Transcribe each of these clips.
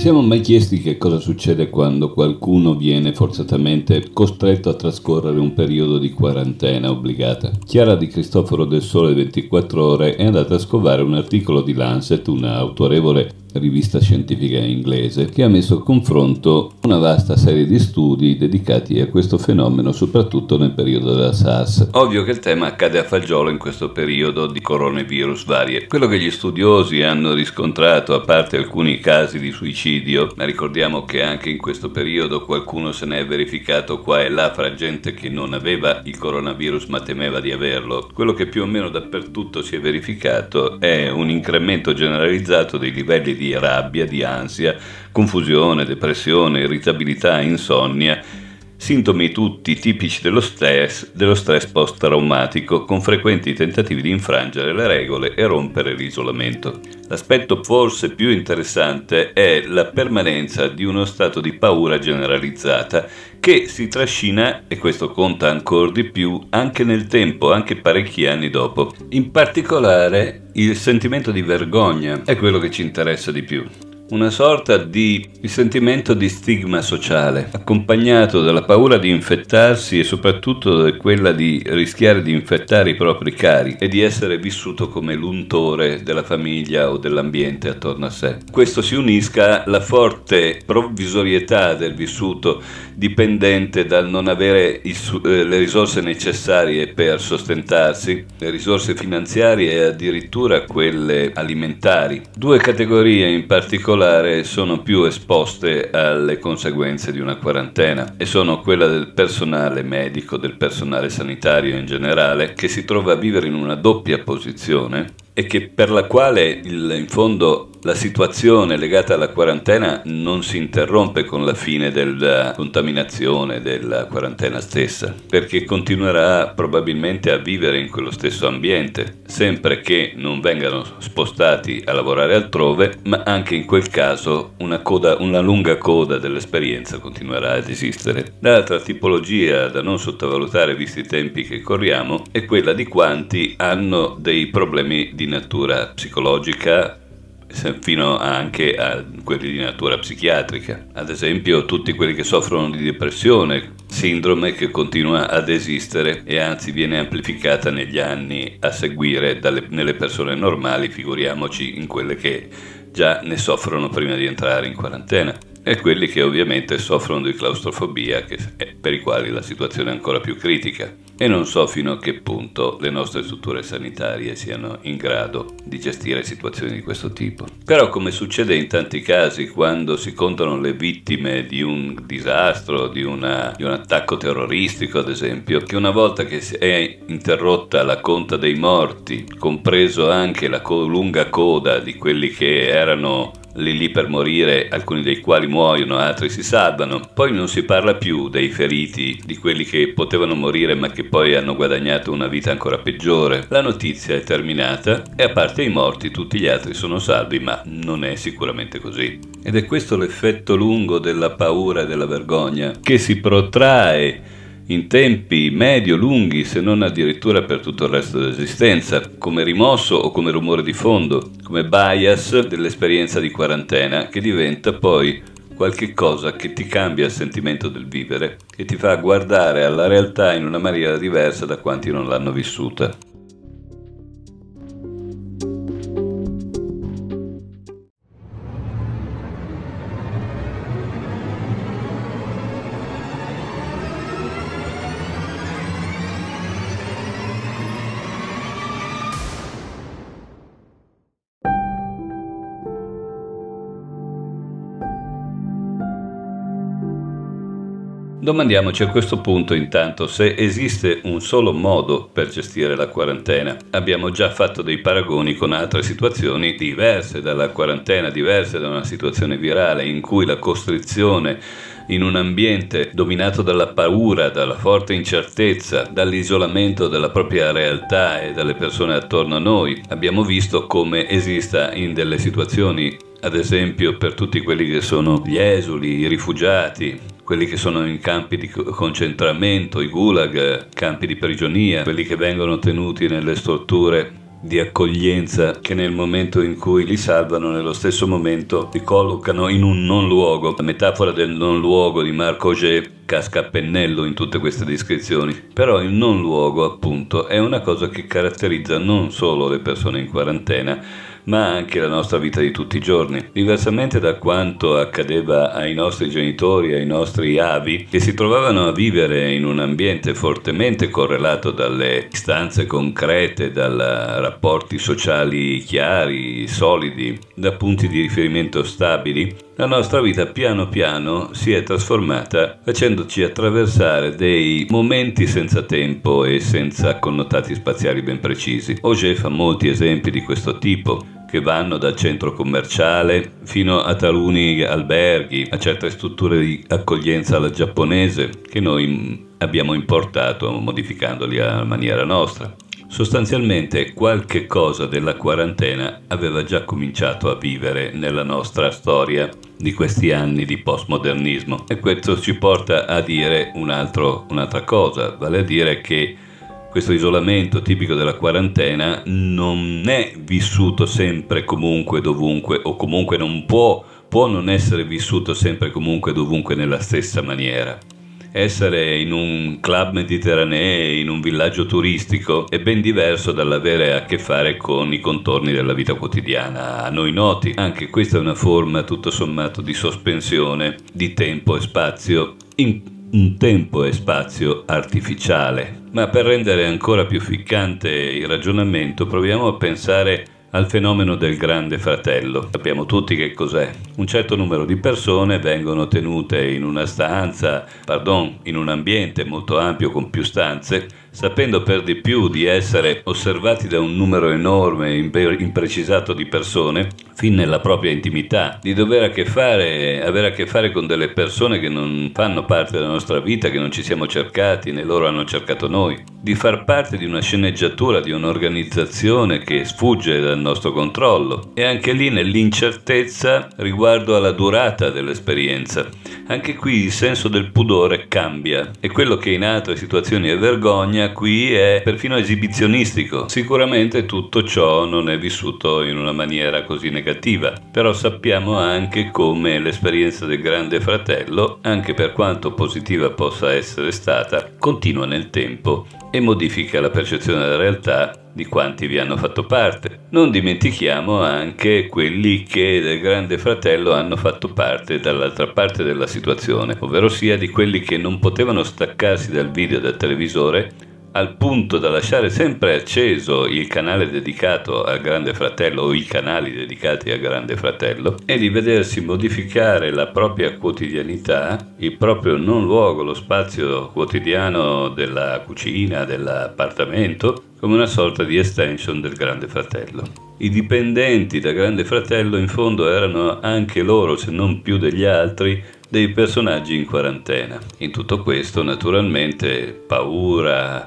siamo mai chiesti che cosa succede quando qualcuno viene forzatamente costretto a trascorrere un periodo di quarantena obbligata? Chiara Di Cristoforo del Sole 24 Ore è andata a scovare un articolo di Lancet, una autorevole rivista scientifica inglese, che ha messo a confronto una vasta serie di studi dedicati a questo fenomeno, soprattutto nel periodo della SARS. Ovvio che il tema accade a fagiolo in questo periodo di coronavirus varie. Quello che gli studiosi hanno riscontrato, a parte alcuni casi di suicidio, ma ricordiamo che anche in questo periodo qualcuno se ne è verificato qua e là fra gente che non aveva il coronavirus ma temeva di averlo, quello che più o meno dappertutto si è verificato è un incremento generalizzato dei livelli di rabbia, di ansia, confusione, depressione, irritabilità, insonnia, sintomi tutti tipici dello stress post-traumatico, con frequenti tentativi di infrangere le regole e rompere l'isolamento. L'aspetto forse più interessante è la permanenza di uno stato di paura generalizzata che si trascina, e questo conta ancora di più, anche nel tempo, anche parecchi anni dopo. In particolare il sentimento di vergogna è quello che ci interessa di più. Una sorta di sentimento di stigma sociale, accompagnato dalla paura di infettarsi e soprattutto da quella di rischiare di infettare i propri cari e di essere vissuto come l'untore della famiglia o dell'ambiente attorno a sé. Questo si unisca alla forte provvisorietà del vissuto, dipendente dal non avere le risorse necessarie per sostentarsi, le risorse finanziarie e addirittura quelle alimentari. Due categorie in particolare sono più esposte alle conseguenze di una quarantena e sono quella del personale medico, del personale sanitario in generale, che si trova a vivere in una doppia posizione e che per la quale in fondo la situazione legata alla quarantena non si interrompe con la fine della contaminazione della quarantena stessa, perché continuerà probabilmente a vivere in quello stesso ambiente, sempre che non vengano spostati a lavorare altrove, ma anche in quel caso una lunga coda dell'esperienza continuerà ad esistere. L'altra tipologia da non sottovalutare, visti i tempi che corriamo, è quella di quanti hanno dei problemi di natura psicologica, fino anche a quelli di natura psichiatrica. Ad esempio tutti quelli che soffrono di depressione, sindrome che continua ad esistere e anzi viene amplificata negli anni a seguire nelle persone normali, figuriamoci in quelle che già ne soffrono prima di entrare in quarantena, e quelli che ovviamente soffrono di claustrofobia, per i quali la situazione è ancora più critica. E non so fino a che punto le nostre strutture sanitarie siano in grado di gestire situazioni di questo tipo. Però, come succede in tanti casi quando si contano le vittime di un disastro, di un attacco terroristico ad esempio, che una volta che è interrotta la conta dei morti, compreso anche la lunga coda di quelli che erano lì per morire, alcuni dei quali muoiono, altri si salvano, poi non si parla più dei feriti, di quelli che potevano morire ma che poi hanno guadagnato una vita ancora peggiore. La notizia è terminata e a parte i morti tutti gli altri sono salvi, ma non è sicuramente così. Ed è questo l'effetto lungo della paura e della vergogna, che si protrae in tempi medio-lunghi, se non addirittura per tutto il resto dell'esistenza, come rimosso o come rumore di fondo, come bias dell'esperienza di quarantena, che diventa poi qualche cosa che ti cambia il sentimento del vivere, che ti fa guardare alla realtà in una maniera diversa da quanti non l'hanno vissuta. Domandiamoci a questo punto intanto se esiste un solo modo per gestire la quarantena. Abbiamo già fatto dei paragoni con altre situazioni diverse dalla quarantena, diverse da una situazione virale in cui la costrizione in un ambiente dominato dalla paura, dalla forte incertezza, dall'isolamento della propria realtà e dalle persone attorno a noi. Abbiamo visto come esista in delle situazioni, ad esempio per tutti quelli che sono gli esuli, i rifugiati, quelli che sono in campi di concentramento, i gulag, campi di prigionia, quelli che vengono tenuti nelle strutture di accoglienza che nel momento in cui li salvano, nello stesso momento li collocano in un non luogo. La metafora del non luogo di Marc Augé casca a pennello in tutte queste descrizioni, però il non luogo appunto è una cosa che caratterizza non solo le persone in quarantena, ma anche la nostra vita di tutti i giorni. Diversamente da quanto accadeva ai nostri genitori, ai nostri avi, che si trovavano a vivere in un ambiente fortemente correlato dalle istanze concrete, da rapporti sociali chiari, solidi, da punti di riferimento stabili, la nostra vita piano piano si è trasformata facendoci attraversare dei momenti senza tempo e senza connotati spaziali ben precisi. Auger fa molti esempi di questo tipo, che vanno dal centro commerciale fino a taluni alberghi, a certe strutture di accoglienza alla giapponese che noi abbiamo importato modificandoli a maniera nostra. Sostanzialmente qualche cosa della quarantena aveva già cominciato a vivere nella nostra storia di questi anni di postmodernismo, e questo ci porta a dire un'altra cosa, vale a dire che questo isolamento tipico della quarantena non è vissuto sempre comunque dovunque, o comunque non può non essere vissuto sempre comunque dovunque nella stessa maniera. Essere in un club mediterraneo, in un villaggio turistico, è ben diverso dall'avere a che fare con i contorni della vita quotidiana a noi noti. Anche questa è una forma tutto sommato di sospensione di tempo e spazio, in un tempo e spazio artificiale. Ma per rendere ancora più ficcante il ragionamento, proviamo a pensare al fenomeno del Grande Fratello. Sappiamo tutti che cos'è. Un certo numero di persone vengono tenute in una stanza, in un ambiente molto ampio con più stanze, sapendo per di più di essere osservati da un numero enorme, imprecisato di persone, fin nella propria intimità, di dover avere a che fare con delle persone che non fanno parte della nostra vita, che non ci siamo cercati, né loro hanno cercato noi, di far parte di una sceneggiatura, di un'organizzazione che sfugge dal nostro controllo, e anche lì nell'incertezza riguardo alla durata dell'esperienza. Anche qui il senso del pudore cambia, e quello che in altre situazioni è vergogna qui è perfino esibizionistico. Sicuramente tutto ciò non è vissuto in una maniera così negativa, però sappiamo anche come l'esperienza del Grande Fratello, anche per quanto positiva possa essere stata, continua nel tempo e modifica la percezione della realtà di quanti vi hanno fatto parte. Non dimentichiamo anche quelli che del Grande Fratello hanno fatto parte dall'altra parte della situazione, ovvero sia di quelli che non potevano staccarsi dal video e dal televisore, al punto da lasciare sempre acceso il canale dedicato al Grande Fratello o i canali dedicati al Grande Fratello, e di vedersi modificare la propria quotidianità, il proprio non luogo, lo spazio quotidiano della cucina, dell'appartamento, come una sorta di extension del Grande Fratello. I dipendenti dal Grande Fratello in fondo erano anche loro, se non più degli altri, dei personaggi in quarantena. In tutto questo naturalmente paura,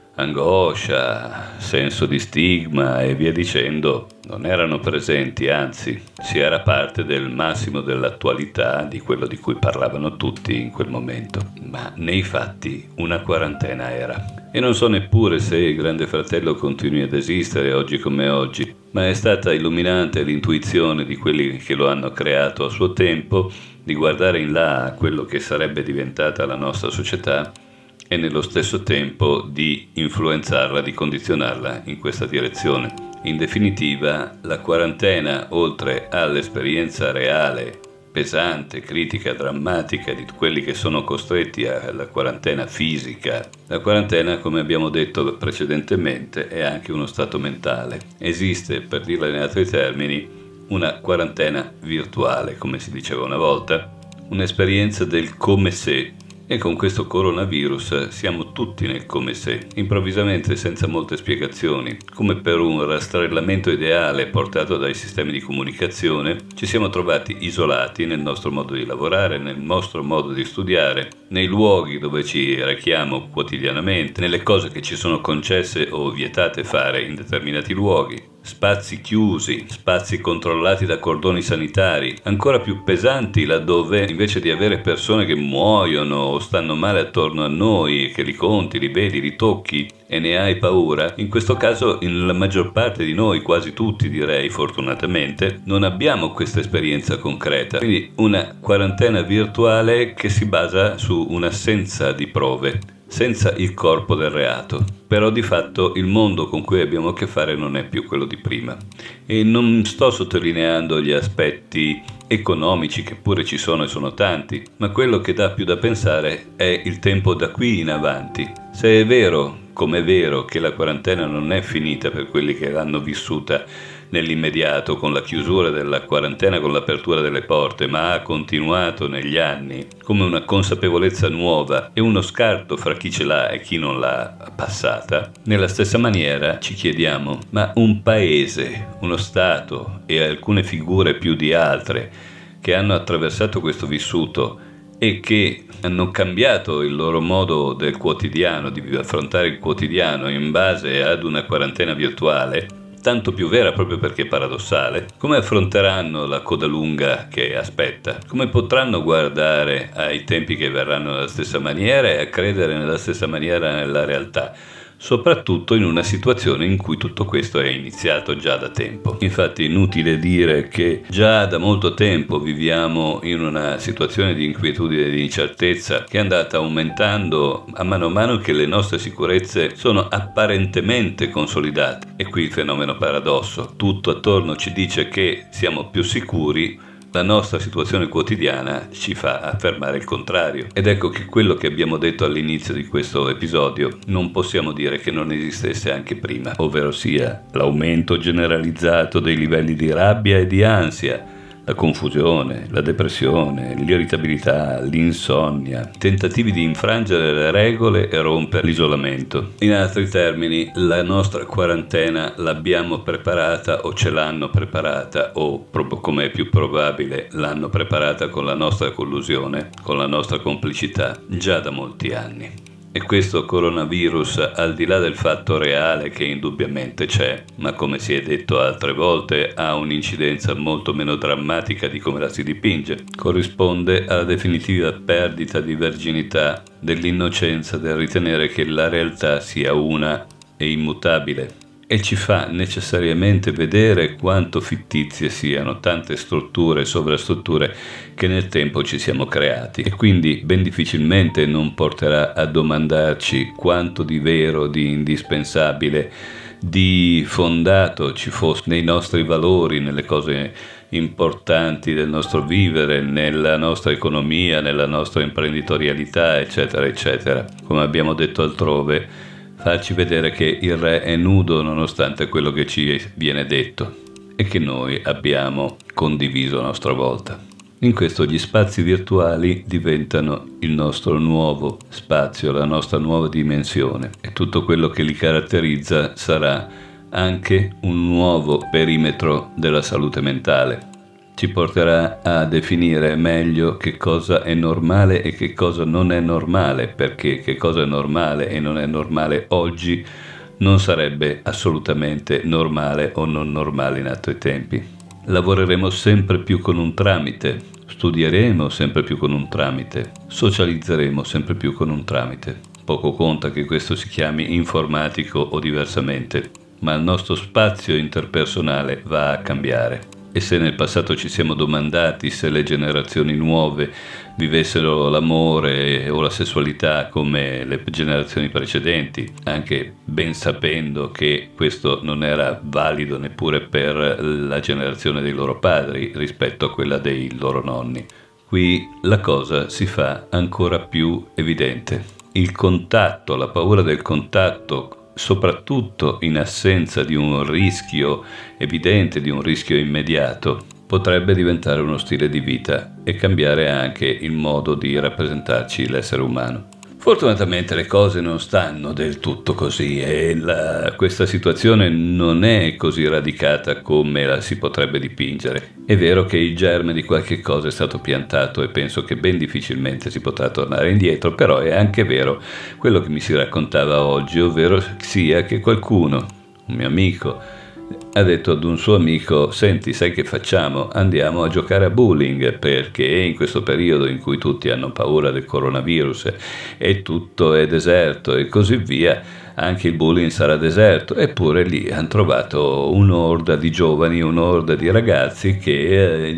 angoscia, senso di stigma e via dicendo non erano presenti, anzi si era parte del massimo dell'attualità, di quello di cui parlavano tutti in quel momento, ma nei fatti una quarantena era. E non so neppure se il Grande Fratello continui ad esistere oggi come oggi, ma è stata illuminante l'intuizione di quelli che lo hanno creato a suo tempo, di guardare in là a quello che sarebbe diventata la nostra società e nello stesso tempo di influenzarla, di condizionarla in questa direzione. In definitiva, la quarantena, oltre all'esperienza reale, pesante, critica, drammatica di quelli che sono costretti alla quarantena fisica, la quarantena, come abbiamo detto precedentemente, è anche uno stato mentale. Esiste, per dirla in altri termini, una quarantena virtuale, come si diceva una volta, un'esperienza del come se. E con questo coronavirus siamo tutti nel come se, improvvisamente, senza molte spiegazioni, come per un rastrellamento ideale portato dai sistemi di comunicazione, ci siamo trovati isolati nel nostro modo di lavorare, nel nostro modo di studiare, nei luoghi dove ci rechiamo quotidianamente, nelle cose che ci sono concesse o vietate fare in determinati luoghi. spazi chiusi, spazi controllati da cordoni sanitari, ancora più pesanti laddove invece di avere persone che muoiono o stanno male attorno a noi, che li conti, li vedi, li tocchi e ne hai paura, in questo caso la maggior parte di noi, quasi tutti direi fortunatamente, non abbiamo questa esperienza concreta. Quindi una quarantena virtuale che si basa su un'assenza di prove, senza il corpo del reato. Però di fatto il mondo con cui abbiamo a che fare non è più quello di prima. E non sto sottolineando gli aspetti economici, che pure ci sono e sono tanti, ma quello che dà più da pensare è il tempo da qui in avanti. Se è vero, come è vero, che la quarantena non è finita per quelli che l'hanno vissuta nell'immediato con la chiusura della quarantena, con l'apertura delle porte, ma ha continuato negli anni come una consapevolezza nuova e uno scarto fra chi ce l'ha e chi non l'ha passata, nella stessa maniera ci chiediamo: ma un paese, uno Stato e alcune figure più di altre che hanno attraversato questo vissuto e che hanno cambiato il loro modo del quotidiano, di affrontare il quotidiano in base ad una quarantena virtuale, tanto più vera proprio perché paradossale, come affronteranno la coda lunga che aspetta? Come potranno guardare ai tempi che verranno nella stessa maniera e a credere nella stessa maniera nella realtà? Soprattutto in una situazione in cui tutto questo è iniziato già da tempo. Infatti è inutile dire che già da molto tempo viviamo in una situazione di inquietudine e di incertezza che è andata aumentando a mano che le nostre sicurezze sono apparentemente consolidate. E qui il fenomeno paradosso: tutto attorno ci dice che siamo più sicuri, la nostra situazione quotidiana ci fa affermare il contrario. Ed ecco che quello che abbiamo detto all'inizio di questo episodio non possiamo dire che non esistesse anche prima, ovvero sia l'aumento generalizzato dei livelli di rabbia e di ansia, la confusione, la depressione, l'irritabilità, l'insonnia, tentativi di infrangere le regole e rompere l'isolamento. In altri termini, la nostra quarantena l'abbiamo preparata o ce l'hanno preparata o, proprio come è più probabile, l'hanno preparata con la nostra collusione, con la nostra complicità, già da molti anni. E questo coronavirus, al di là del fatto reale che indubbiamente c'è, ma come si è detto altre volte ha un'incidenza molto meno drammatica di come la si dipinge, corrisponde alla definitiva perdita di verginità, dell'innocenza del ritenere che la realtà sia una e immutabile. E ci fa necessariamente vedere quanto fittizie siano tante strutture e sovrastrutture che nel tempo ci siamo creati, e quindi ben difficilmente non porterà a domandarci quanto di vero, di indispensabile, di fondato ci fosse nei nostri valori, nelle cose importanti del nostro vivere, nella nostra economia, nella nostra imprenditorialità, eccetera, eccetera. Come abbiamo detto altrove, farci vedere che il re è nudo nonostante quello che ci viene detto e che noi abbiamo condiviso a nostra volta. In questo gli spazi virtuali diventano il nostro nuovo spazio, la nostra nuova dimensione, e tutto quello che li caratterizza sarà anche un nuovo perimetro della salute mentale. Ci porterà a definire meglio che cosa è normale e che cosa non è normale, perché che cosa è normale e non è normale oggi non sarebbe assolutamente normale o non normale in altri tempi. Lavoreremo sempre più con un tramite, studieremo sempre più con un tramite, socializzeremo sempre più con un tramite. Poco conta che questo si chiami informatico o diversamente, ma il nostro spazio interpersonale va a cambiare. E se nel passato ci siamo domandati se le generazioni nuove vivessero l'amore o la sessualità come le generazioni precedenti, anche ben sapendo che questo non era valido neppure per la generazione dei loro padri rispetto a quella dei loro nonni, qui la cosa si fa ancora più evidente. Il contatto, la paura del contatto, soprattutto in assenza di un rischio evidente, di un rischio immediato, potrebbe diventare uno stile di vita e cambiare anche il modo di rappresentarci l'essere umano. Fortunatamente le cose non stanno del tutto così e questa situazione non è così radicata come la si potrebbe dipingere. È vero che il germe di qualche cosa è stato piantato e penso che ben difficilmente si potrà tornare indietro, però è anche vero quello che mi si raccontava oggi, ovvero sia che qualcuno, un mio amico, ha detto ad un suo amico: senti, sai che facciamo? Andiamo a giocare a bowling, perché in questo periodo in cui tutti hanno paura del coronavirus e tutto è deserto e così via, anche il bowling sarà deserto. Eppure lì hanno trovato un'orda di giovani, un'orda di ragazzi che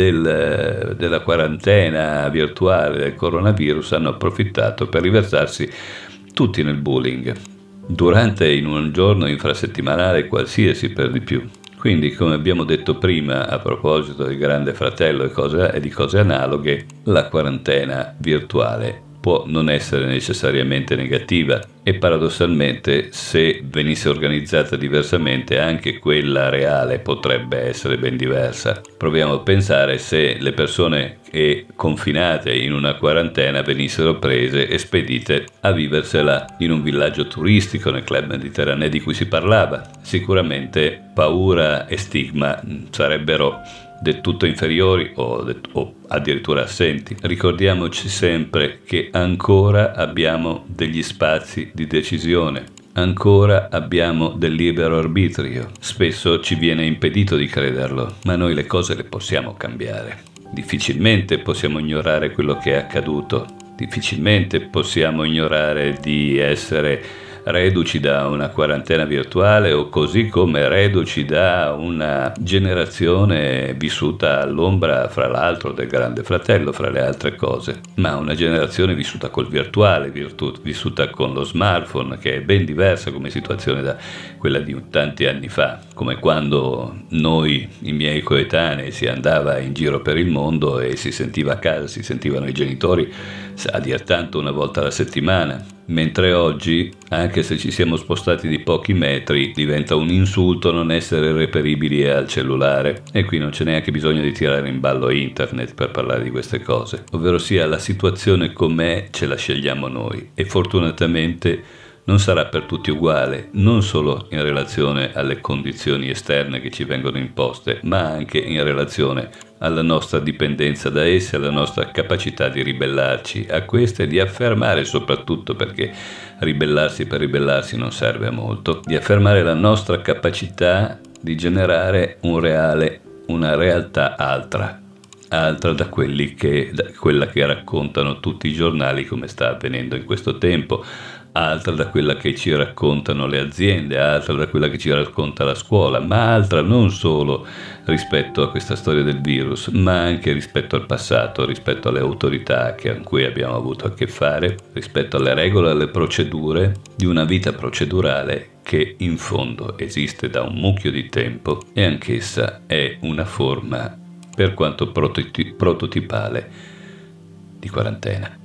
della quarantena virtuale del coronavirus hanno approfittato per riversarsi tutti nel bowling, durante in un giorno infrasettimanale qualsiasi per di più. Quindi, come abbiamo detto prima, a proposito del Grande Fratello e di cose analoghe, la quarantena virtuale può non essere necessariamente negativa e paradossalmente, se venisse organizzata diversamente, anche quella reale potrebbe essere ben diversa. Proviamo a pensare se le persone confinate in una quarantena venissero prese e spedite a viversela in un villaggio turistico nel club mediterraneo di cui si parlava. Sicuramente paura e stigma sarebbero del tutto inferiori o addirittura assenti. Ricordiamoci sempre che ancora abbiamo degli spazi di decisione, ancora abbiamo del libero arbitrio. Spesso ci viene impedito di crederlo, ma noi le cose le possiamo cambiare. Difficilmente possiamo ignorare quello che è accaduto, difficilmente possiamo ignorare di essere reduci da una quarantena virtuale, o così come reduci da una generazione vissuta all'ombra, fra l'altro, del Grande Fratello, fra le altre cose, ma una generazione vissuta col virtuale, vissuta con lo smartphone, che è ben diversa come situazione da quella di tanti anni fa, come quando noi, i miei coetanei, si andava in giro per il mondo e si sentiva a casa, si sentivano i genitori a dir tanto una volta alla settimana, mentre oggi, anche se ci siamo spostati di pochi metri, diventa un insulto non essere reperibili al cellulare, e qui non c'è neanche bisogno di tirare in ballo internet per parlare di queste cose, ovvero sia la situazione com'è ce la scegliamo noi, e fortunatamente non sarà per tutti uguale, non solo in relazione alle condizioni esterne che ci vengono imposte, ma anche in relazione alla nostra dipendenza da esse, alla nostra capacità di ribellarci a queste e di affermare, soprattutto perché ribellarsi per ribellarsi non serve a molto, di affermare la nostra capacità di generare una realtà altra da quella che raccontano tutti i giornali, come sta avvenendo in questo tempo, altra da quella che ci raccontano le aziende, altra da quella che ci racconta la scuola, ma altra non solo rispetto a questa storia del virus, ma anche rispetto al passato, rispetto alle autorità con cui abbiamo avuto a che fare, rispetto alle regole e alle procedure di una vita procedurale che in fondo esiste da un mucchio di tempo, e anch'essa è una forma, per quanto prototipale, di quarantena.